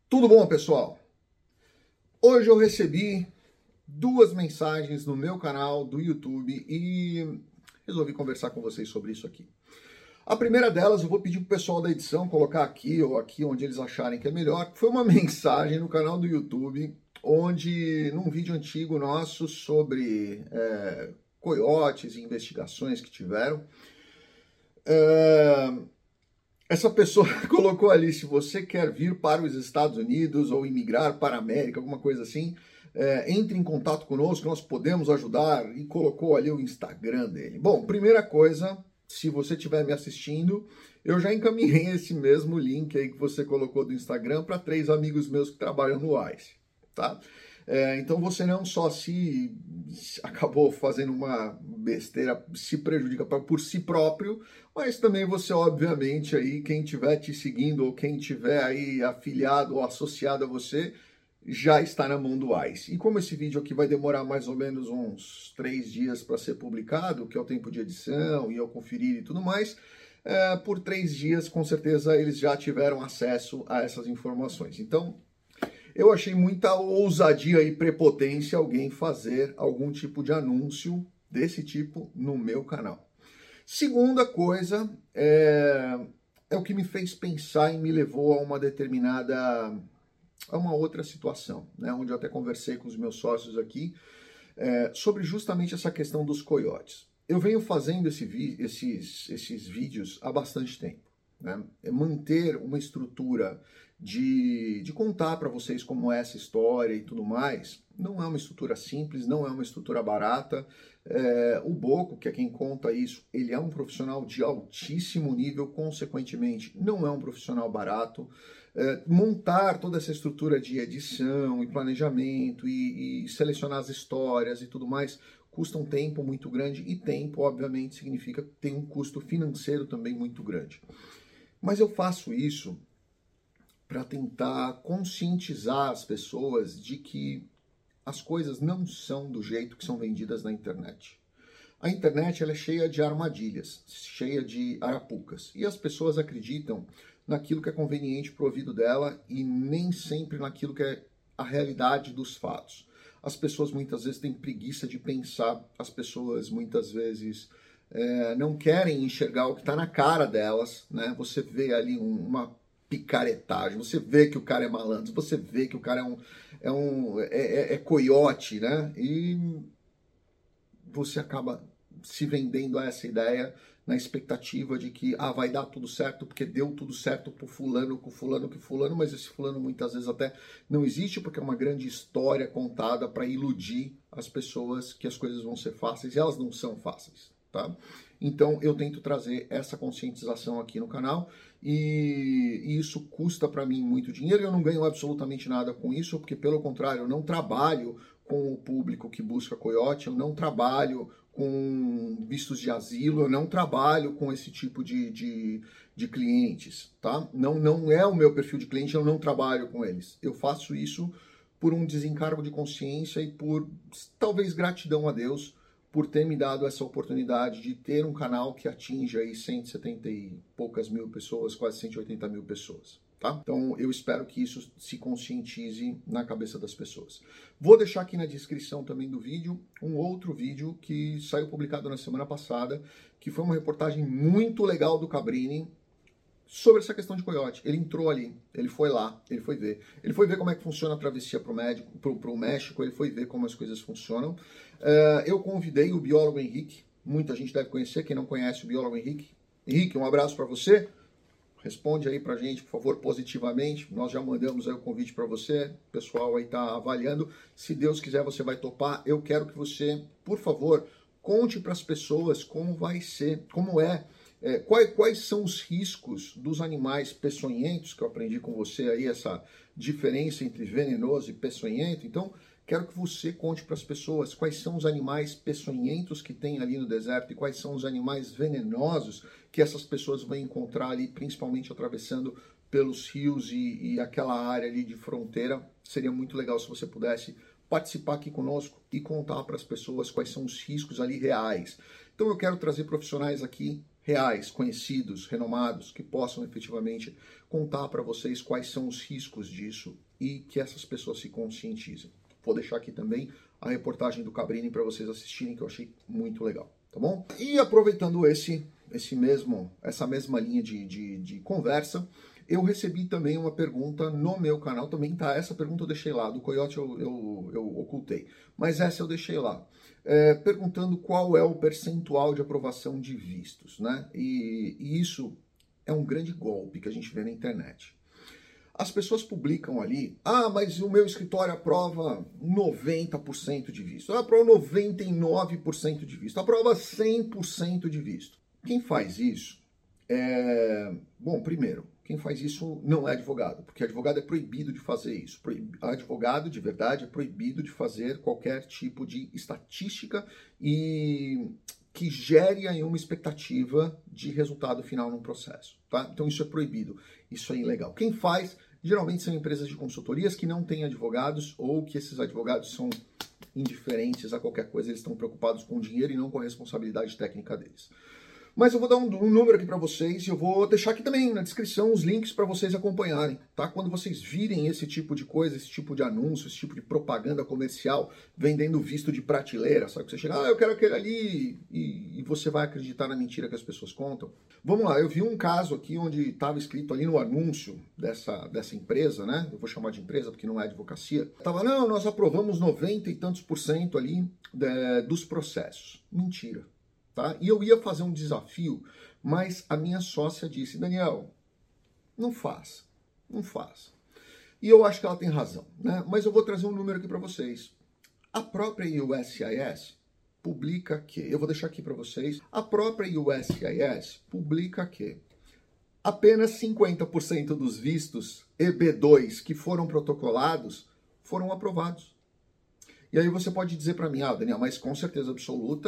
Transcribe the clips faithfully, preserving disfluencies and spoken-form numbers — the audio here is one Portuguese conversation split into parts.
Tudo bom, pessoal? Hoje eu recebi duas mensagens no meu canal do YouTube e resolvi conversar com vocês sobre isso aqui. A primeira delas eu vou pedir pro pessoal da edição colocar aqui ou aqui onde eles acharem que é melhor. Foi uma mensagem no canal do YouTube, onde num vídeo antigo nosso sobre é, coiotes e investigações que tiveram, é, essa pessoa colocou ali: se você quer vir para os Estados Unidos ou imigrar para a América, alguma coisa assim, é, entre em contato conosco, nós podemos ajudar, e colocou ali o Instagram dele. Bom, primeira coisa, se você estiver me assistindo, eu já encaminhei esse mesmo link aí que você colocou do Instagram para três amigos meus que trabalham no ICE, tá? É, então você não só se acabou fazendo uma besteira, se prejudica pra, por si próprio, mas também você, obviamente, aí, quem estiver te seguindo ou quem estiver aí afiliado ou associado a você, já está na mão do ICE. E como esse vídeo aqui vai demorar mais ou menos uns três dias para ser publicado, que é o tempo de edição e eu conferir e tudo mais, é, por três dias, com certeza, eles já tiveram acesso a essas informações. Então, eu achei muita ousadia e prepotência alguém fazer algum tipo de anúncio desse tipo no meu canal. Segunda coisa, é, é o que me fez pensar e me levou a uma determinada, a uma outra situação, né, onde eu até conversei com os meus sócios aqui, é, sobre justamente essa questão dos coiotes. Eu venho fazendo esse vi, esses, esses vídeos há bastante tempo, né? É manter uma estrutura de, de contar para vocês como é essa história e tudo mais, não é uma estrutura simples, não é uma estrutura barata. É, o Boco, que é quem conta isso, ele é um profissional de altíssimo nível, consequentemente não é um profissional barato. É, montar toda essa estrutura de edição e planejamento e, e selecionar as histórias e tudo mais custa um tempo muito grande, e tempo, obviamente, significa que tem um custo financeiro também muito grande. Mas eu faço isso para tentar conscientizar as pessoas de que as coisas não são do jeito que são vendidas na internet. A internet, ela é cheia de armadilhas, cheia de arapucas, e as pessoas acreditam naquilo que é conveniente para o ouvido dela e nem sempre naquilo que é a realidade dos fatos. As pessoas muitas vezes têm preguiça de pensar, as pessoas muitas vezes é, não querem enxergar o que está na cara delas, né? Você vê ali um, uma picaretagem, você vê que o cara é malandro, você vê que o cara é um, é um é, é, é coiote, né? E você acaba se vendendo a essa ideia na expectativa de que ah, vai dar tudo certo porque deu tudo certo pro fulano, com fulano, que fulano, mas esse fulano muitas vezes até não existe, porque é uma grande história contada para iludir as pessoas que as coisas vão ser fáceis, e elas não são fáceis, tá? Então eu tento trazer essa conscientização aqui no canal, e, e isso custa para mim muito dinheiro. Eu não ganho absolutamente nada com isso, porque pelo contrário, eu não trabalho com o público que busca coiote, eu não trabalho com vistos de asilo, eu não trabalho com esse tipo de, de, de clientes, tá? Não, não é o meu perfil de cliente, eu não trabalho com eles. Eu faço isso por um desencargo de consciência e por, talvez, gratidão a Deus por ter me dado essa oportunidade de ter um canal que atinge aí cento e setenta e poucas mil pessoas, quase cento e oitenta mil pessoas. Tá? Então eu espero que isso se conscientize na cabeça das pessoas. Vou deixar aqui na descrição também do vídeo um outro vídeo que saiu publicado na semana passada, que foi uma reportagem muito legal do Cabrini sobre essa questão de coiote. Ele entrou ali, ele foi lá, ele foi ver. Ele foi ver como é que funciona a travessia para o médico, pro, pro México, ele foi ver como as coisas funcionam. Uh, eu convidei o biólogo Henrique, muita gente deve conhecer, quem não conhece o biólogo Henrique. Henrique, um abraço para você. Responde aí pra gente, por favor, positivamente. Nós já mandamos aí o convite para você. O pessoal aí tá avaliando. Se Deus quiser, você vai topar. Eu quero que você, por favor, conte para as pessoas como vai ser, como é, é quais, quais são os riscos dos animais peçonhentos, que eu aprendi com você aí, essa diferença entre venenoso e peçonhento. Então, quero que você conte para as pessoas quais são os animais peçonhentos que tem ali no deserto e quais são os animais venenosos que essas pessoas vão encontrar ali, principalmente atravessando pelos rios e, e aquela área ali de fronteira. Seria muito legal se você pudesse participar aqui conosco e contar para as pessoas quais são os riscos ali reais. Então eu quero trazer profissionais aqui reais, conhecidos, renomados, que possam efetivamente contar para vocês quais são os riscos disso e que essas pessoas se conscientizem. Vou deixar aqui também a reportagem do Cabrini para vocês assistirem, que eu achei muito legal, tá bom? E aproveitando esse, esse mesmo, essa mesma linha de, de, de conversa, eu recebi também uma pergunta no meu canal, também tá, essa pergunta eu deixei lá, do Coyote eu, eu, eu ocultei, mas essa eu deixei lá, é, perguntando qual é o percentual de aprovação de vistos, né? E, e isso é um grande golpe que a gente vê na internet. As pessoas publicam ali, ah, mas o meu escritório aprova noventa por cento de visto, aprova noventa e nove por cento de visto, aprova cem por cento de visto. Quem faz isso é... Bom, primeiro, quem faz isso não é advogado, porque advogado é proibido de fazer isso. Advogado, de verdade, é proibido de fazer qualquer tipo de estatística e que gere aí uma expectativa de resultado final num processo, tá? Então isso é proibido, isso é ilegal. Quem faz, geralmente são empresas de consultorias que não têm advogados ou que esses advogados são indiferentes a qualquer coisa, eles estão preocupados com o dinheiro e não com a responsabilidade técnica deles. Mas eu vou dar um, um número aqui para vocês e eu vou deixar aqui também na descrição os links para vocês acompanharem, tá? Quando vocês virem esse tipo de coisa, esse tipo de anúncio, esse tipo de propaganda comercial vendendo visto de prateleira, sabe? Que você chega, ah, eu quero aquele ali e, e você vai acreditar na mentira que as pessoas contam. Vamos lá, eu vi um caso aqui onde estava escrito ali no anúncio dessa, dessa empresa, né? Eu vou chamar de empresa porque não é advocacia. Tava, não, nós aprovamos noventa e tantos por cento ali de, dos processos. Mentira. Tá? E eu ia fazer um desafio, mas a minha sócia disse, Daniel, não faz, não faz. E eu acho que ela tem razão, né? Mas eu vou trazer um número aqui para vocês. A própria U S C I S publica que, eu vou deixar aqui para vocês, a própria U S C I S publica que apenas cinquenta por cento dos vistos E B dois que foram protocolados foram aprovados. E aí você pode dizer para mim, ah, Daniel, mas com certeza absoluta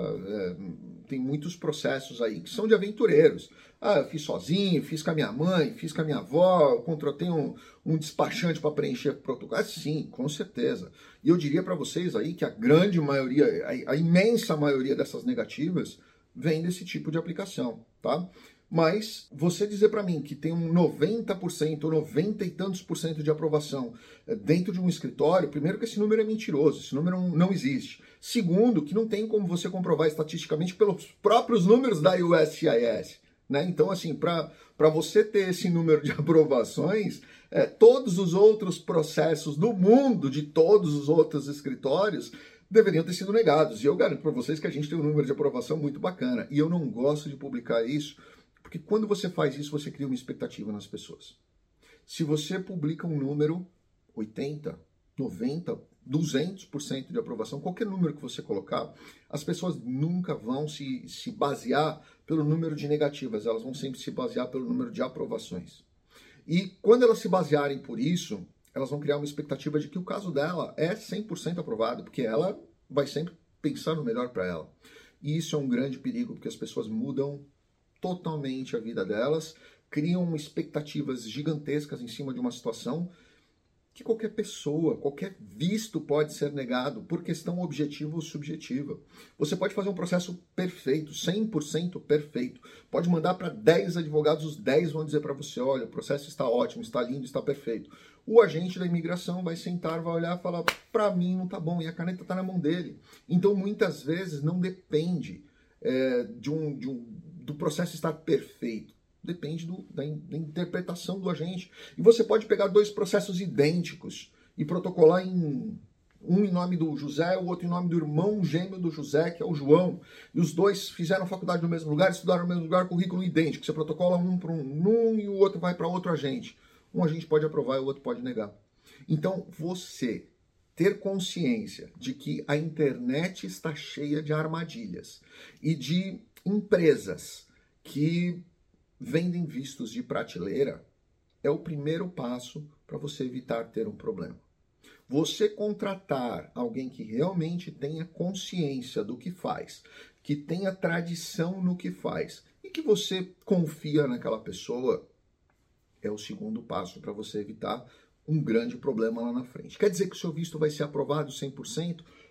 é, tem muitos processos aí que são de aventureiros. Ah, eu fiz sozinho, fiz com a minha mãe, fiz com a minha avó, eu contratei um, um despachante para preencher protocolo. Ah, sim, com certeza. E eu diria para vocês aí que a grande maioria, a, a imensa maioria dessas negativas vem desse tipo de aplicação, tá? Mas você dizer para mim que tem um noventa por cento ou noventa e tantos por cento de aprovação dentro de um escritório, primeiro que esse número é mentiroso, esse número não existe. Segundo, que não tem como você comprovar estatisticamente pelos próprios números da U S C I S. Né? Então, assim, para você ter esse número de aprovações, é, todos os outros processos do mundo, de todos os outros escritórios, deveriam ter sido negados. E eu garanto para vocês que a gente tem um número de aprovação muito bacana. E eu não gosto de publicar isso, porque quando você faz isso, você cria uma expectativa nas pessoas. Se você publica um número, oitenta, noventa, duzentos por cento de aprovação, qualquer número que você colocar, as pessoas nunca vão se, se basear pelo número de negativas, elas vão sempre se basear pelo número de aprovações. E quando elas se basearem por isso, elas vão criar uma expectativa de que o caso dela é cem por cento aprovado, porque ela vai sempre pensar no melhor para ela. E isso é um grande perigo, porque as pessoas mudam totalmente a vida delas, criam expectativas gigantescas em cima de uma situação que qualquer pessoa, qualquer visto pode ser negado por questão objetiva ou subjetiva. Você pode fazer um processo perfeito, cem por cento perfeito. Pode mandar para dez advogados, os dez vão dizer para você, olha, o processo está ótimo, está lindo, está perfeito. O agente da imigração vai sentar, vai olhar e falar, para mim não está bom, e a caneta está na mão dele. Então, muitas vezes, não depende é, de um... De um do processo estar perfeito. Depende do, da, da interpretação do agente. E você pode pegar dois processos idênticos e protocolar em um em nome do José, o outro em nome do irmão gêmeo do José, que é o João. E os dois fizeram faculdade no mesmo lugar, estudaram no mesmo lugar, currículo idêntico. Você protocola um para um, um e o outro vai para outro agente. Um agente pode aprovar e o outro pode negar. Então, você ter consciência de que a internet está cheia de armadilhas e de empresas que vendem vistos de prateleira é o primeiro passo para você evitar ter um problema. Você contratar alguém que realmente tenha consciência do que faz, que tenha tradição no que faz e que você confia naquela pessoa é o segundo passo para você evitar um grande problema lá na frente. Quer dizer que o seu visto vai ser aprovado cem por cento?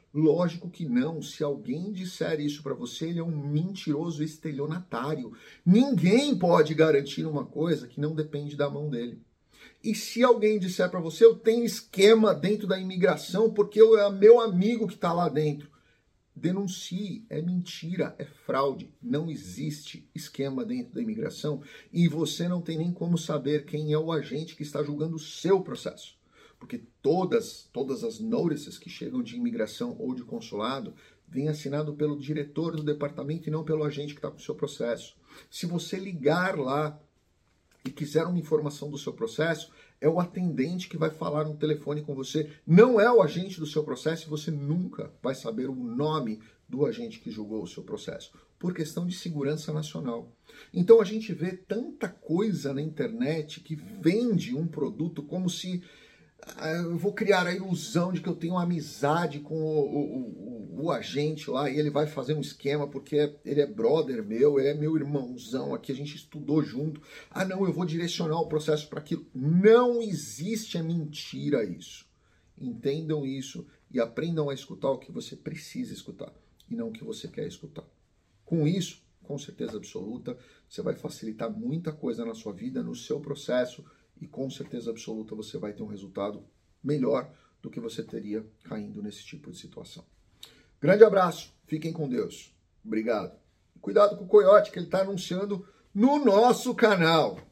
Lógico que não. Se alguém disser isso para você, ele é um mentiroso estelionatário. Ninguém pode garantir uma coisa que não depende da mão dele. E se alguém disser para você, eu tenho esquema dentro da imigração porque eu, é meu amigo que está lá dentro, denuncie. É mentira, é fraude. Não existe esquema dentro da imigração e você não tem nem como saber quem é o agente que está julgando o seu processo. Porque todas, todas as notices que chegam de imigração ou de consulado vêm assinado pelo diretor do departamento e não pelo agente que está com o seu processo. Se você ligar lá e quiser uma informação do seu processo, é o atendente que vai falar no telefone com você. Não é o agente do seu processo e você nunca vai saber o nome do agente que julgou o seu processo, por questão de segurança nacional. Então a gente vê tanta coisa na internet que vende um produto como se eu vou criar a ilusão de que eu tenho uma amizade com o, o, o, o agente lá e ele vai fazer um esquema porque ele é brother meu, ele é meu irmãozão aqui, a gente estudou junto. Ah, não, eu vou direcionar o processo para aquilo. Não existe, é mentira isso. Entendam isso e aprendam a escutar o que você precisa escutar e não o que você quer escutar. Com isso, com certeza absoluta, você vai facilitar muita coisa na sua vida, no seu processo, e com certeza absoluta você vai ter um resultado melhor do que você teria caindo nesse tipo de situação. Grande abraço, fiquem com Deus. Obrigado. Cuidado com o coiote que ele está anunciando no nosso canal.